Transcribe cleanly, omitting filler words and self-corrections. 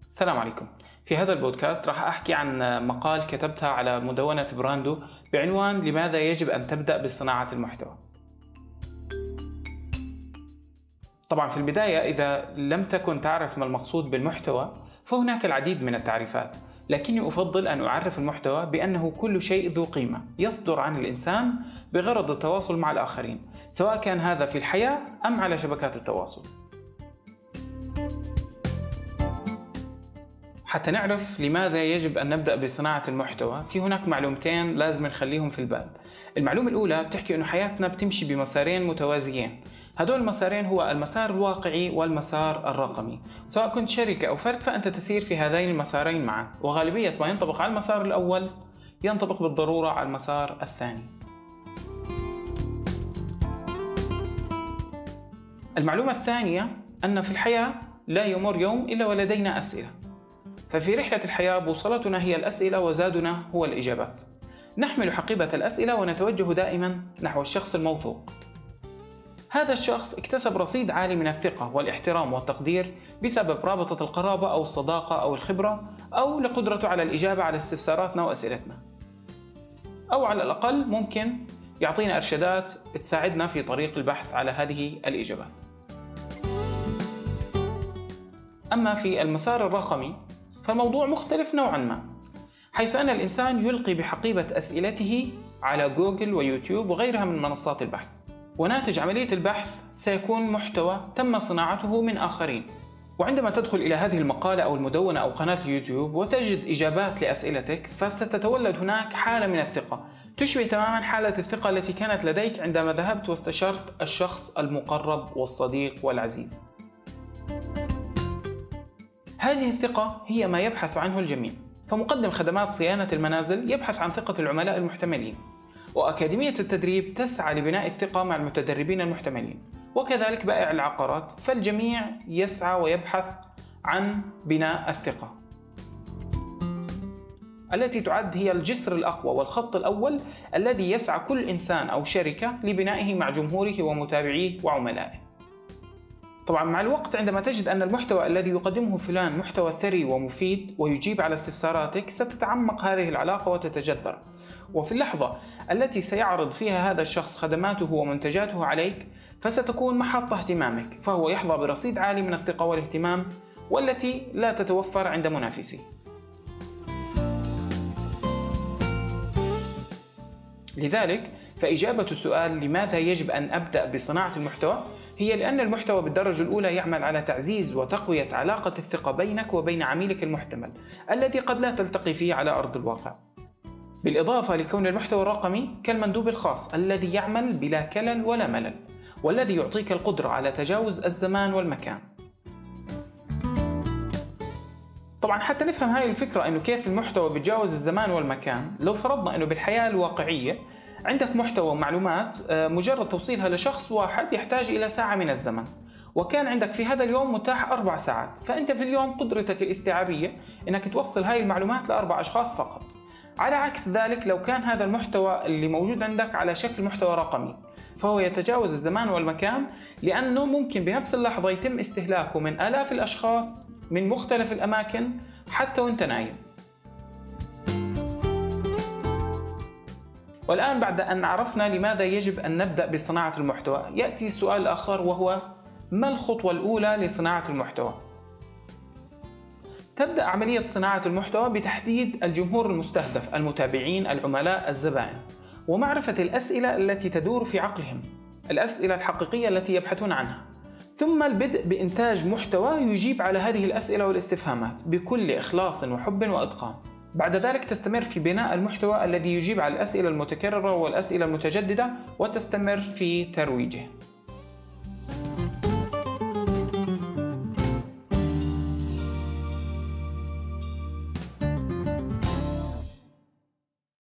السلام عليكم. في هذا البودكاست راح أحكي عن مقال كتبتها على مدونة براندو بعنوان لماذا يجب أن تبدأ بصناعة المحتوى. طبعا في البداية إذا لم تكن تعرف ما المقصود بالمحتوى فهناك العديد من التعريفات، لكني أفضل أن أعرف المحتوى بأنه كل شيء ذو قيمة يصدر عن الإنسان بغرض التواصل مع الآخرين، سواء كان هذا في الحياة أم على شبكات التواصل. حتى نعرف لماذا يجب أن نبدأ بصناعة المحتوى، في هناك معلومتين لازم نخليهم في البال. المعلومة الأولى بتحكي أنه حياتنا بتمشي بمسارين متوازيين. هدول المسارين هو المسار الواقعي والمسار الرقمي. سواء كنت شركة أو فرد فأنت تسير في هذين المسارين معا، وغالبية ما ينطبق على المسار الأول ينطبق بالضرورة على المسار الثاني. المعلومة الثانية أن في الحياة لا يمر يوم إلا ولدينا أسئلة، ففي رحلة الحياة بوصلتنا هي الأسئلة وزادنا هو الإجابات. نحمل حقيبة الأسئلة ونتوجه دائما نحو الشخص الموثوق. هذا الشخص اكتسب رصيد عالي من الثقة والاحترام والتقدير بسبب رابطة القرابة أو الصداقة أو الخبرة، أو لقدرته على الإجابة على استفساراتنا وأسئلتنا، أو على الأقل ممكن يعطينا إرشادات تساعدنا في طريق البحث على هذه الإجابات. أما في المسار الرقمي فالموضوع مختلف نوعا ما، حيث أن الإنسان يلقي بحقيبة أسئلته على جوجل ويوتيوب وغيرها من منصات البحث، وناتج عملية البحث سيكون محتوى تم صناعته من آخرين. وعندما تدخل إلى هذه المقالة أو المدونة أو قناة اليوتيوب وتجد إجابات لأسئلتك، فستتولد هناك حالة من الثقة تشبه تماما حالة الثقة التي كانت لديك عندما ذهبت واستشرت الشخص المقرب والصديق والعزيز. هذه الثقة هي ما يبحث عنه الجميع. فمقدم خدمات صيانة المنازل يبحث عن ثقة العملاء المحتملين، وأكاديمية التدريب تسعى لبناء الثقة مع المتدربين المحتملين، وكذلك بائع العقارات، فالجميع يسعى ويبحث عن بناء الثقة التي تعد هي الجسر الأقوى والخط الأول الذي يسعى كل إنسان أو شركة لبنائه مع جمهوره ومتابعيه وعملائه. طبعا مع الوقت عندما تجد أن المحتوى الذي يقدمه فلان محتوى ثري ومفيد ويجيب على استفساراتك، ستتعمق هذه العلاقة وتتجذر، وفي اللحظة التي سيعرض فيها هذا الشخص خدماته ومنتجاته عليك فستكون محط اهتمامك، فهو يحظى برصيد عالي من الثقة والاهتمام والتي لا تتوفر عند منافسيه. لذلك فإجابة السؤال لماذا يجب أن أبدأ بصناعة المحتوى هي لأن المحتوى بالدرجة الأولى يعمل على تعزيز وتقوية علاقة الثقة بينك وبين عميلك المحتمل الذي قد لا تلتقي فيه على أرض الواقع، بالإضافة لكون المحتوى الرقمي كالمندوب الخاص الذي يعمل بلا كلل ولا ملل، والذي يعطيك القدرة على تجاوز الزمان والمكان. طبعا حتى نفهم هاي الفكرة إنه كيف المحتوى بيتجاوز الزمان والمكان، لو فرضنا إنه بالحياة الواقعية عندك محتوى ومعلومات مجرد توصيلها لشخص واحد يحتاج إلى ساعة من الزمن، وكان عندك في هذا اليوم متاح 4 ساعات، فأنت في اليوم قدرتك الاستيعابية إنك توصل هاي المعلومات ل4 أشخاص فقط. على عكس ذلك لو كان هذا المحتوى اللي موجود عندك على شكل محتوى رقمي فهو يتجاوز الزمان والمكان، لأنه ممكن بنفس اللحظة يتم استهلاكه من آلاف الأشخاص من مختلف الأماكن حتى وانت نايم. والآن بعد أن عرفنا لماذا يجب أن نبدأ بصناعة المحتوى، يأتي السؤال الآخر وهو ما الخطوة الأولى لصناعة المحتوى؟ تبدأ عملية صناعة المحتوى بتحديد الجمهور المستهدف، المتابعين، العملاء، الزبائن، ومعرفة الأسئلة التي تدور في عقلهم، الأسئلة الحقيقية التي يبحثون عنها، ثم البدء بإنتاج محتوى يجيب على هذه الأسئلة والاستفهامات بكل إخلاص وحب وإتقان. بعد ذلك تستمر في بناء المحتوى الذي يجيب على الأسئلة المتكررة والأسئلة المتجددة، وتستمر في ترويجه.